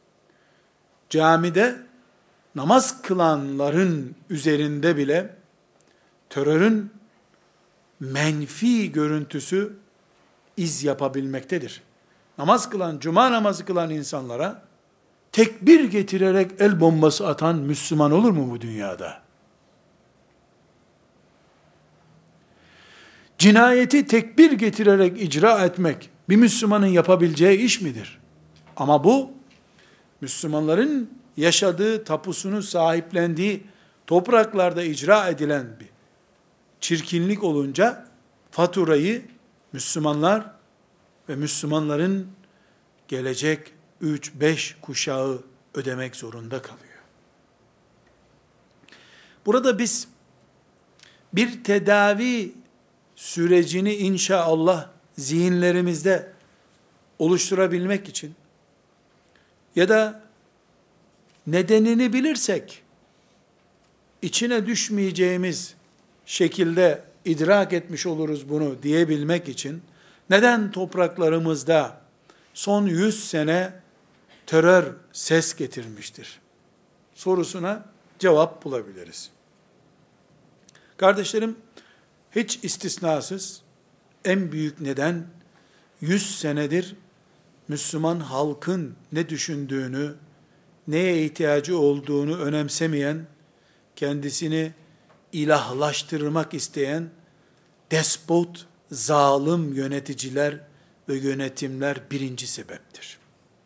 camide namaz kılanların üzerinde bile terörün menfi görüntüsü iz yapabilmektedir. Namaz kılan, cuma namazı kılan insanlara tekbir getirerek el bombası atan Müslüman olur mu bu dünyada? Cinayeti tekbir getirerek icra etmek bir Müslümanın yapabileceği iş midir? Ama bu, Müslümanların yaşadığı, tapusunu sahiplendiği topraklarda icra edilen bir çirkinlik olunca, faturayı Müslümanlar ve Müslümanların gelecek 3-5 kuşağı ödemek zorunda kalıyor. Burada biz bir tedavi sürecini inşallah zihinlerimizde oluşturabilmek için ya da nedenini bilirsek içine düşmeyeceğimiz şekilde idrak etmiş oluruz bunu diyebilmek için, neden topraklarımızda son 100 sene terör ses getirmiştir sorusuna cevap bulabiliriz. Kardeşlerim, hiç istisnasız en büyük neden 100 senedir Müslüman halkın ne düşündüğünü, neye ihtiyacı olduğunu önemsemeyen, kendisini ilahlaştırmak isteyen despot, zalim yöneticiler ve yönetimler birinci sebeptir.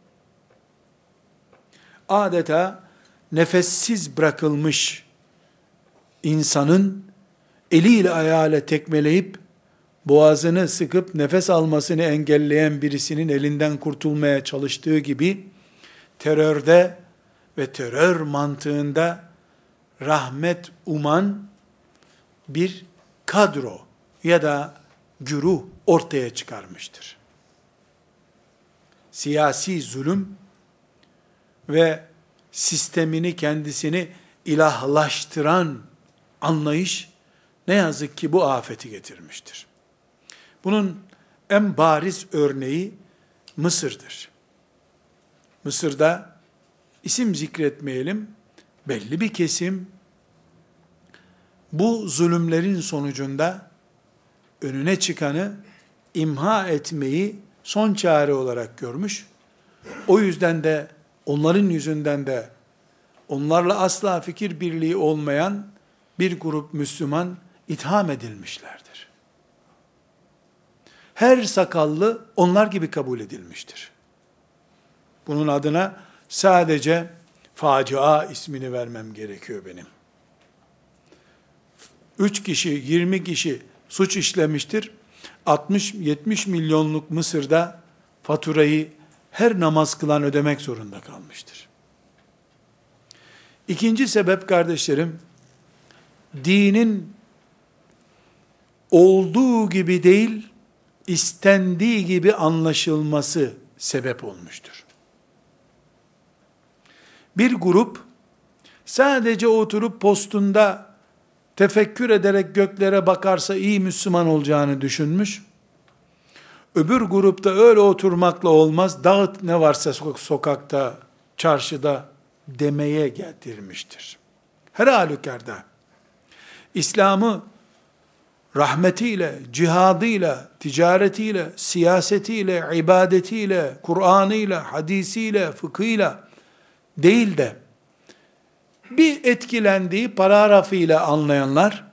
Adeta nefessiz bırakılmış insanın eliyle ayağıyla tekmeleyip boğazını sıkıp nefes almasını engelleyen birisinin elinden kurtulmaya çalıştığı gibi terörde ve terör mantığında rahmet uman bir kadro ya da güruh ortaya çıkarmıştır. Siyasi zulüm ve sistemini kendisini ilahlaştıran anlayış ne yazık ki bu afeti getirmiştir. Bunun en bariz örneği Mısır'dır. Mısır'da isim zikretmeyelim, belli bir kesim bu zulümlerin sonucunda önüne çıkanı imha etmeyi son çare olarak görmüş. O yüzden de onların yüzünden de onlarla asla fikir birliği olmayan bir grup Müslüman itham edilmişlerdir. Her sakallı onlar gibi kabul edilmiştir. Bunun adına sadece facia ismini vermem gerekiyor benim. 3 kişi, 20 kişi suç işlemiştir. 60-70 milyonluk Mısır'da faturayı her namaz kılan ödemek zorunda kalmıştır. İkinci sebep kardeşlerim, dinin olduğu gibi değil, istendiği gibi anlaşılması sebep olmuştur. Bir grup sadece oturup postunda tefekkür ederek göklere bakarsa iyi Müslüman olacağını düşünmüş. Öbür grupta öyle oturmakla olmaz, dağıt ne varsa sokakta, çarşıda demeye getirmiştir. Her halükarda İslam'ı rahmetiyle, cihadıyla, ticaretiyle, siyasetiyle, ibadetiyle, Kur'an'ıyla, hadisiyle, fıkhıyla değil de bir etkilendiği paragrafıyla anlayanlar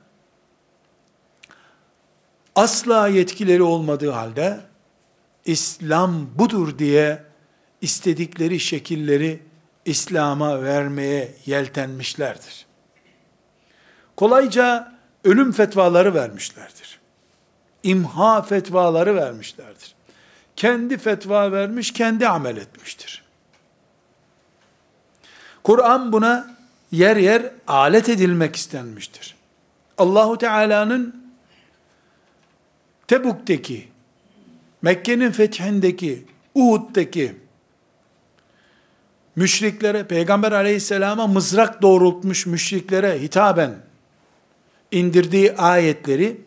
asla yetkileri olmadığı halde İslam budur diye istedikleri şekilleri İslam'a vermeye yeltenmişlerdir. Kolayca ölüm fetvaları vermişlerdir. İmha fetvaları vermişlerdir. Kendi fetva vermiş, kendi amel etmiştir. Kur'an buna yer yer alet edilmek istenmiştir. Allahu Teala'nın Tebuk'teki, Mekke'nin fethindeki, Uhud'daki müşriklere, Peygamber aleyhisselama mızrak doğrultmuş müşriklere hitaben indirdiği ayetleri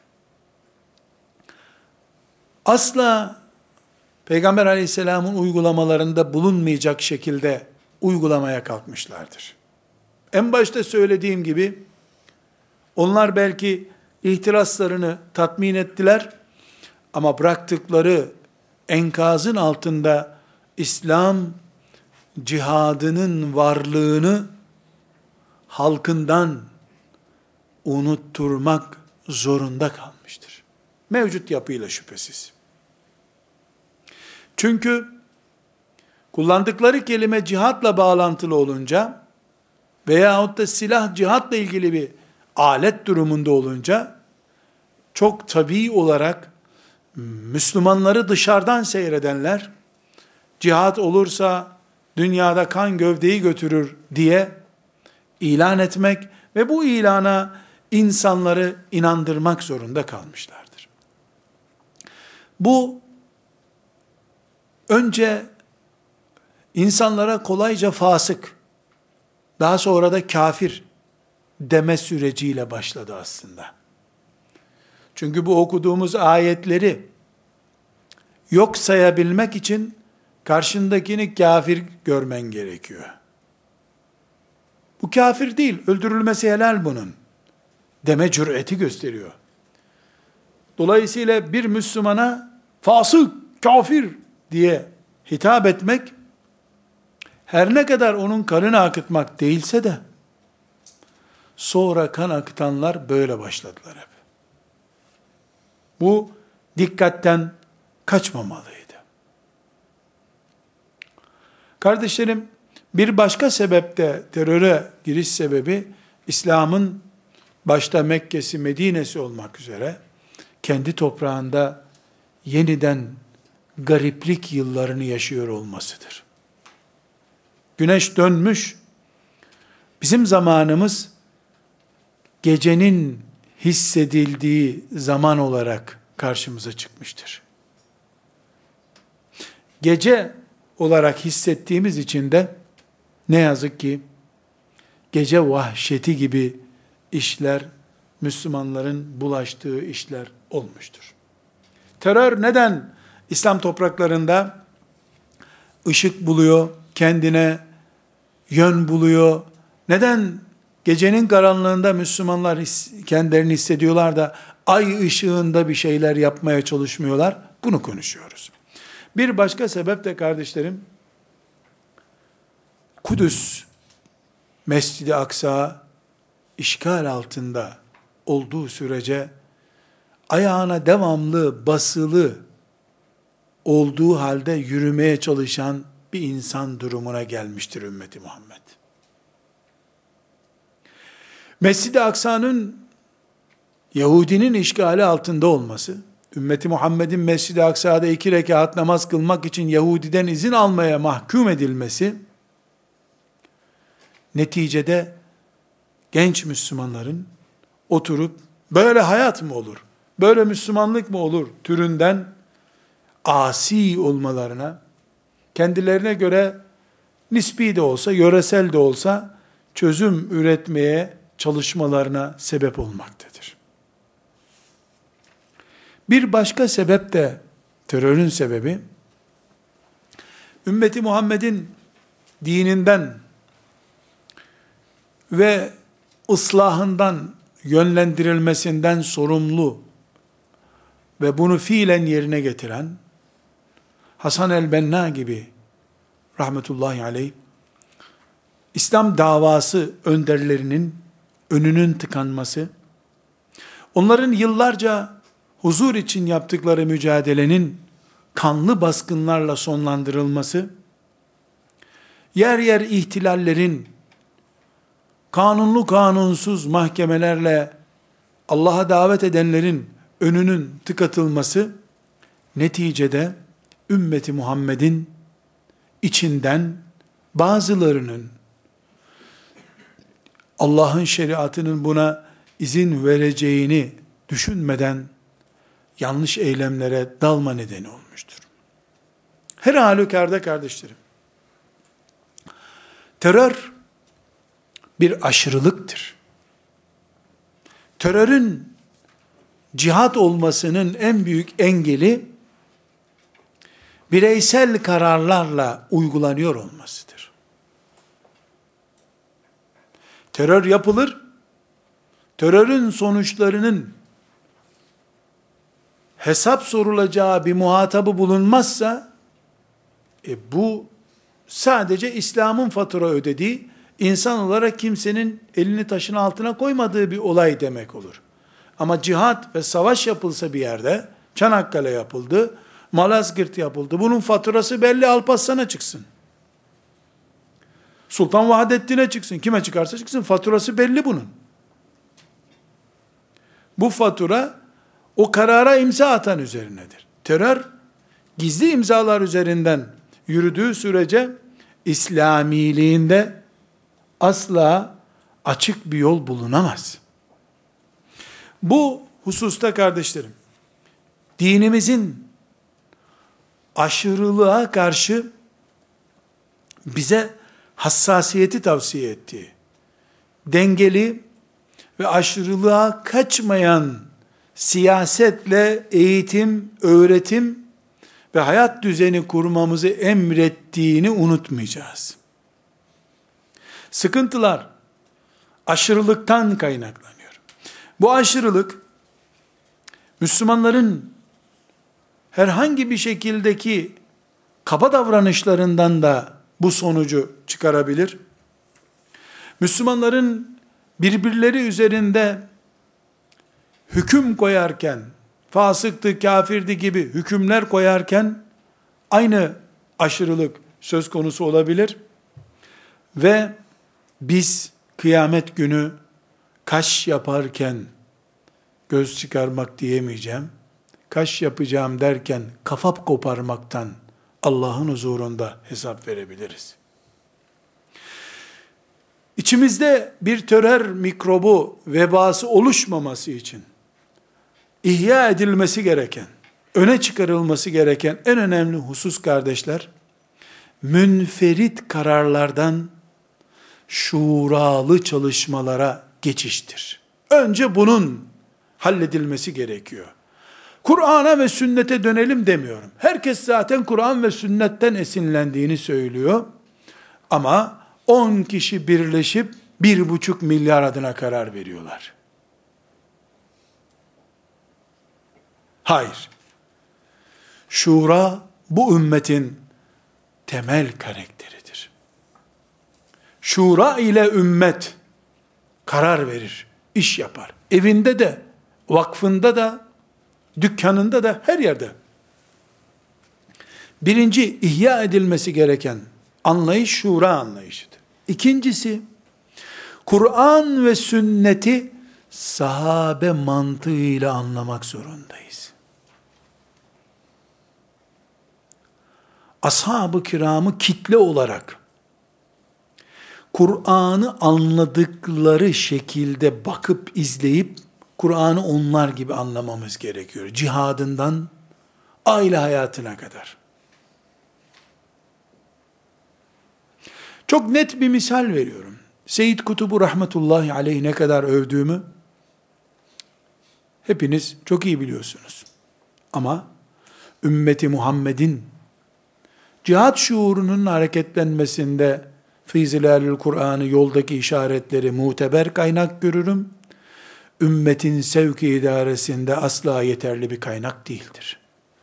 asla Peygamber aleyhisselamın uygulamalarında bulunmayacak şekilde uygulamaya kalkmışlardır. En başta söylediğim gibi onlar belki ihtiraslarını tatmin ettiler ama bıraktıkları enkazın altında İslam cihadının varlığını halkından unutturmak zorunda kalmıştır. Mevcut yapıyla şüphesiz. Çünkü kullandıkları kelime cihatla bağlantılı olunca veyahut da silah cihatla ilgili bir alet durumunda olunca çok tabii olarak Müslümanları dışarıdan seyredenler cihat olursa dünyada kan gövdeyi götürür diye ilan etmek ve bu ilana insanları inandırmak zorunda kalmışlardır. Bu önce insanlara kolayca fasık, daha sonra da kafir deme süreciyle başladı aslında. Çünkü bu okuduğumuz ayetleri yok sayabilmek için karşındakini kafir görmen gerekiyor. Bu kafir değil, öldürülmesi helal bunun deme cüreti gösteriyor. Dolayısıyla bir Müslümana fasık, kafir diye hitap etmek, her ne kadar onun kanını akıtmak değilse de, sonra kan akıtanlar böyle başladılar hep. Bu dikkatten kaçmamalıydı. Kardeşlerim, bir başka sebep de teröre giriş sebebi, İslam'ın başta Mekke'si, Medine'si olmak üzere, kendi toprağında yeniden gariplik yıllarını yaşıyor olmasıdır. Güneş dönmüş, bizim zamanımız, gecenin hissedildiği zaman olarak karşımıza çıkmıştır. Gece olarak hissettiğimiz için de, ne yazık ki, gece vahşeti gibi işler, Müslümanların bulaştığı işler olmuştur. Terör neden İslam topraklarında ışık buluyor, kendine yön buluyor? Neden gecenin karanlığında Müslümanlar kendilerini hissediyorlar da ay ışığında bir şeyler yapmaya çalışmıyorlar? Bunu konuşuyoruz. Bir başka sebep de kardeşlerim, Kudüs, Mescid-i Aksa işgal altında olduğu sürece ayağına devamlı basılı olduğu halde yürümeye çalışan bir insan durumuna gelmiştir ümmeti Muhammed. Mescid-i Aksa'nın Yahudinin işgali altında olması, ümmeti Muhammed'in Mescid-i Aksa'da 2 rekat namaz kılmak için Yahudiden izin almaya mahkum edilmesi, neticede genç Müslümanların oturup böyle hayat mı olur, böyle Müslümanlık mı olur türünden asi olmalarına, kendilerine göre nispi de olsa, yöresel de olsa çözüm üretmeye çalışmalarına sebep olmaktadır. Bir başka sebep de, terörün sebebi, ümmeti Muhammed'in dininden ve ıslahından, yönlendirilmesinden sorumlu ve bunu fiilen yerine getiren Hasan el-Benna gibi rahmetullahi aleyh, İslam davası önderlerinin önünün tıkanması, onların yıllarca huzur için yaptıkları mücadelenin kanlı baskınlarla sonlandırılması, yer yer ihtilallerin, kanunlu kanunsuz mahkemelerle Allah'a davet edenlerin önünün tıkatılması, neticede ümmeti Muhammed'in içinden bazılarının Allah'ın şeriatının buna izin vereceğini düşünmeden yanlış eylemlere dalma nedeni olmuştur. Her halükarda kardeşlerim, terör bir aşırılıktır. Terörün cihat olmasının en büyük engeli bireysel kararlarla uygulanıyor olmasıdır. Terör yapılır, terörün sonuçlarının hesap sorulacağı bir muhatabı bulunmazsa, bu sadece İslam'ın fatura ödediği, insan olarak kimsenin elini taşın altına koymadığı bir olay demek olur. Ama cihat ve savaş yapılsa bir yerde, Çanakkale yapıldı, Malazgirt yapıldı, bunun faturası belli, Alparslan'a çıksın. Sultan Vahdettin'e çıksın, kime çıkarsa çıksın, faturası belli bunun. Bu fatura, o karara imza atan üzerinedir. Terör, gizli imzalar üzerinden yürüdüğü sürece, İslamiliğinde asla açık bir yol bulunamaz. Bu hususta kardeşlerim, dinimizin aşırılığa karşı bize hassasiyeti tavsiye ettiği, dengeli, ve aşırılığa kaçmayan siyasetle eğitim, öğretim ve hayat düzeni kurmamızı emrettiğini unutmayacağız. Sıkıntılar aşırılıktan kaynaklanıyor. Bu aşırılık Müslümanların herhangi bir şekildeki kaba davranışlarından da bu sonucu çıkarabilir. Müslümanların birbirleri üzerinde hüküm koyarken, fasıktı, kafirdi gibi hükümler koyarken, aynı aşırılık söz konusu olabilir. Ve biz kıyamet günü kaş yaparken, göz çıkarmak diyemeyeceğim, kaş yapacağım derken kafa koparmaktan Allah'ın huzurunda hesap verebiliriz. İçimizde bir terör mikrobu, vebası oluşmaması için ihya edilmesi gereken, öne çıkarılması gereken en önemli husus kardeşler, münferit kararlardan şuralı çalışmalara geçiştir. Önce bunun halledilmesi gerekiyor. Kur'an'a ve sünnete dönelim demiyorum. Herkes zaten Kur'an ve sünnetten esinlendiğini söylüyor. Ama 10 kişi birleşip 1,5 milyar adına karar veriyorlar. Hayır. Şura bu ümmetin temel karakteridir. Şura ile ümmet karar verir, iş yapar. Evinde de, vakfında da, dükkanında da, her yerde. Birinci, ihya edilmesi gereken anlayış şura anlayışıdır. İkincisi, Kur'an ve sünneti sahabe mantığıyla anlamak zorundayız. Ashab-ı kiramı kitle olarak Kur'an'ı anladıkları şekilde bakıp izleyip Kur'an'ı onlar gibi anlamamız gerekiyor. Cihadından aile hayatına kadar. Çok net bir misal veriyorum. Seyyid Kutub'u rahmetullahi aleyh ne kadar övdüğümü hepiniz çok iyi biliyorsunuz. Ama ümmeti Muhammed'in cihat şuurunun hareketlenmesinde Fî Zilâlil Kur'an'ı, yoldaki işaretleri muteber kaynak görürüm. Ümmetin sevki idaresinde asla yeterli bir kaynak değildir.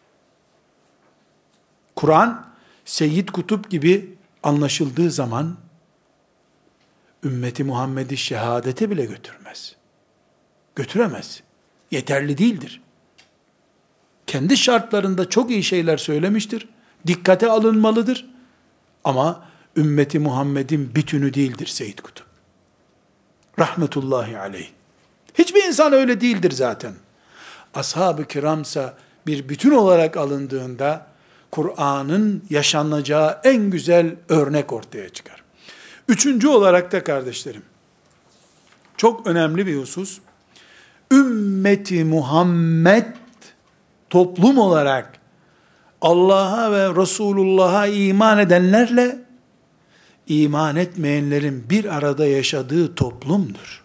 Kur'an, Seyyid Kutup gibi anlaşıldığı zaman, ümmeti Muhammed'i şehadete bile götürmez. Götüremez. Yeterli değildir. Kendi şartlarında çok iyi şeyler söylemiştir. Dikkate alınmalıdır. Ama ümmeti Muhammed'in bütünü değildir Seyyid Kutup. Rahmetullahi aleyh. Hiçbir insan öyle değildir zaten. Ashab-ı kiramsa bir bütün olarak alındığında Kur'an'ın yaşanacağı en güzel örnek ortaya çıkar. Üçüncü olarak da kardeşlerim, çok önemli bir husus, ümmeti Muhammed toplum olarak Allah'a ve Resulullah'a iman edenlerle iman etmeyenlerin bir arada yaşadığı toplumdur.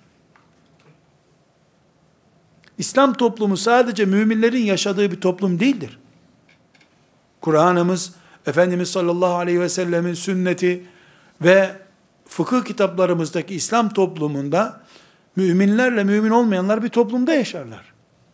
İslam toplumu sadece müminlerin yaşadığı bir toplum değildir. Kur'an'ımız, Efendimiz sallallahu aleyhi ve sellemin sünneti ve fıkıh kitaplarımızdaki İslam toplumunda müminlerle mümin olmayanlar bir toplumda yaşarlar.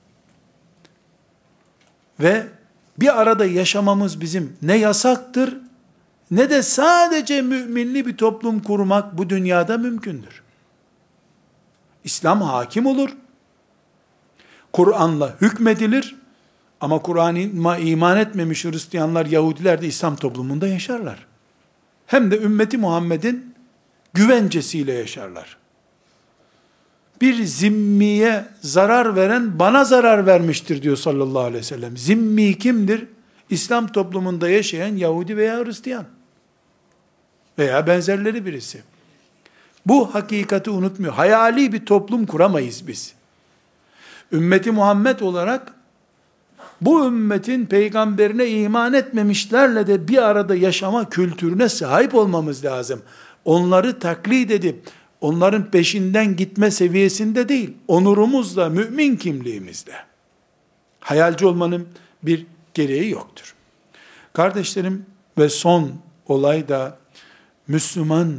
Ve bir arada yaşamamız bizim ne yasaktır, ne de sadece müminli bir toplum kurmak bu dünyada mümkündür. İslam hakim olur, Kur'an'la hükmedilir, ama Kur'an'a iman etmemiş Hristiyanlar, Yahudiler de İslam toplumunda yaşarlar. Hem de ümmeti Muhammed'in güvencesiyle yaşarlar. Bir zimmiye zarar veren bana zarar vermiştir diyor sallallahu aleyhi ve sellem. Zimmi kimdir? İslam toplumunda yaşayan Yahudi veya Hristiyan veya benzerleri birisi. Bu hakikati unutmuyor. Hayali bir toplum kuramayız biz. Ümmeti Muhammed olarak bu ümmetin peygamberine iman etmemişlerle de bir arada yaşama kültürüne sahip olmamız lazım. Onları taklit edip onların peşinden gitme seviyesinde değil, onurumuzla, mümin kimliğimizle. Hayalci olmanın bir gereği yoktur. Kardeşlerim, ve son olay da Müslüman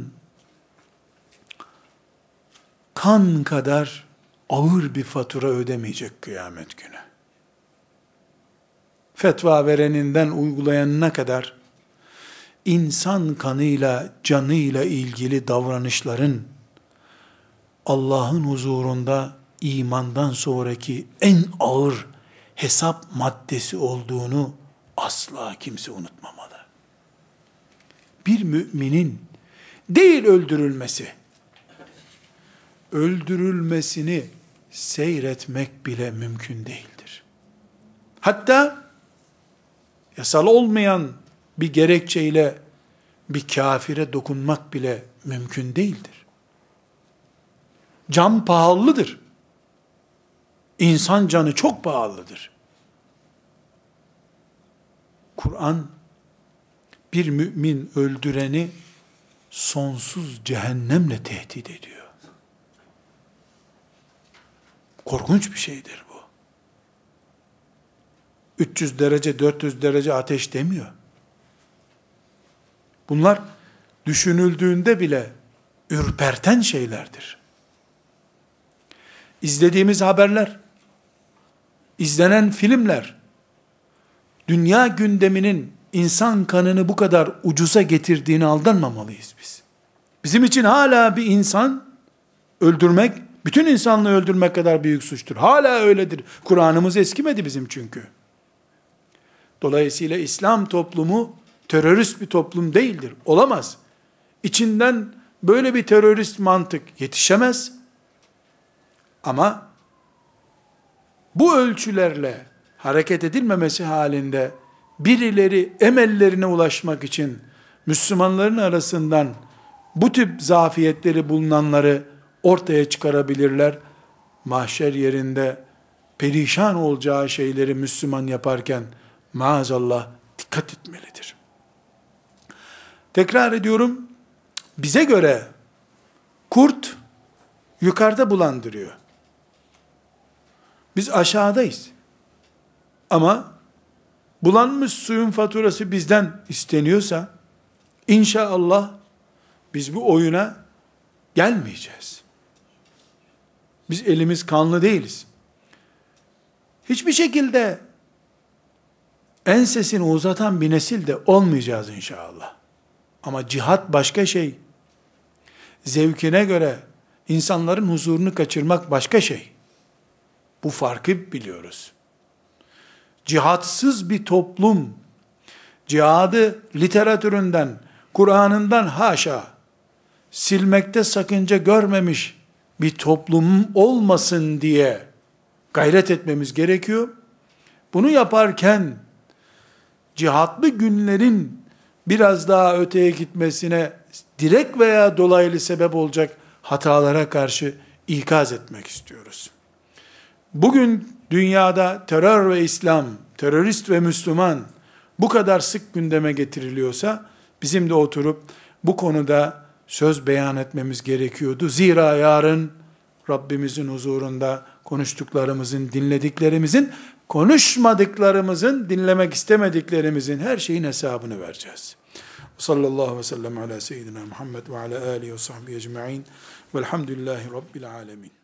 kan kadar ağır bir fatura ödemeyecek kıyamet günü. Fetva vereninden uygulayanına kadar insan kanıyla, canıyla ilgili davranışların Allah'ın huzurunda imandan sonraki en ağır hesap maddesi olduğunu asla kimse unutmamalı. Bir müminin değil öldürülmesini seyretmek bile mümkün değildir. Hatta yasal olmayan bir gerekçeyle bir kafire dokunmak bile mümkün değildir. Can pahalıdır. İnsan canı çok pahalıdır. Kur'an bir mümin öldüreni sonsuz cehennemle tehdit ediyor. Korkunç bir şeydir bu. 300 derece, 400 derece ateş demiyor. Bunlar düşünüldüğünde bile ürperten şeylerdir. İzlediğimiz haberler, izlenen filmler, dünya gündeminin insan kanını bu kadar ucuza getirdiğine aldanmamalıyız biz. Bizim için hala bir insan öldürmek, bütün insanlığı öldürmek kadar büyük suçtur. Hala öyledir. Kur'an'ımız eskimedi bizim çünkü. Dolayısıyla İslam toplumu terörist bir toplum değildir. Olamaz. İçinden böyle bir terörist mantık yetişemez. Ama bu ölçülerle hareket edilmemesi halinde birileri emellerine ulaşmak için Müslümanların arasından bu tip zafiyetleri bulunanları ortaya çıkarabilirler. Mahşer yerinde perişan olacağı şeyleri Müslüman yaparken maazallah dikkat etmelidir. Tekrar ediyorum, bize göre kurt yukarıda bulandırıyor. Biz aşağıdayız. Ama bulanmış suyun faturası bizden isteniyorsa, inşallah biz bu oyuna gelmeyeceğiz. Biz elimiz kanlı değiliz. Hiçbir şekilde ensesini uzatan bir nesil de olmayacağız inşallah. Ama cihat başka şey. Zevkine göre insanların huzurunu kaçırmak başka şey. Bu farkı biliyoruz. Cihatsız bir toplum, cihadı literatüründen, Kur'an'ından haşa, silmekte sakınca görmemiş bir toplum olmasın diye gayret etmemiz gerekiyor. Bunu yaparken, cihatlı günlerin biraz daha öteye gitmesine direkt veya dolaylı sebep olacak hatalara karşı ikaz etmek istiyoruz. Bugün dünyada terör ve İslam, terörist ve Müslüman bu kadar sık gündeme getiriliyorsa, bizim de oturup bu konuda söz beyan etmemiz gerekiyordu. Zira yarın Rabbimizin huzurunda konuştuklarımızın, dinlediklerimizin, konuşmadıklarımızın, dinlemek istemediklerimizin her şeyin hesabını vereceğiz. Sallallahu aleyhi ve sellem ala seyyidina Muhammed ve ala alihi ve sahbihi ecma'in velhamdülillahi rabbil alemin.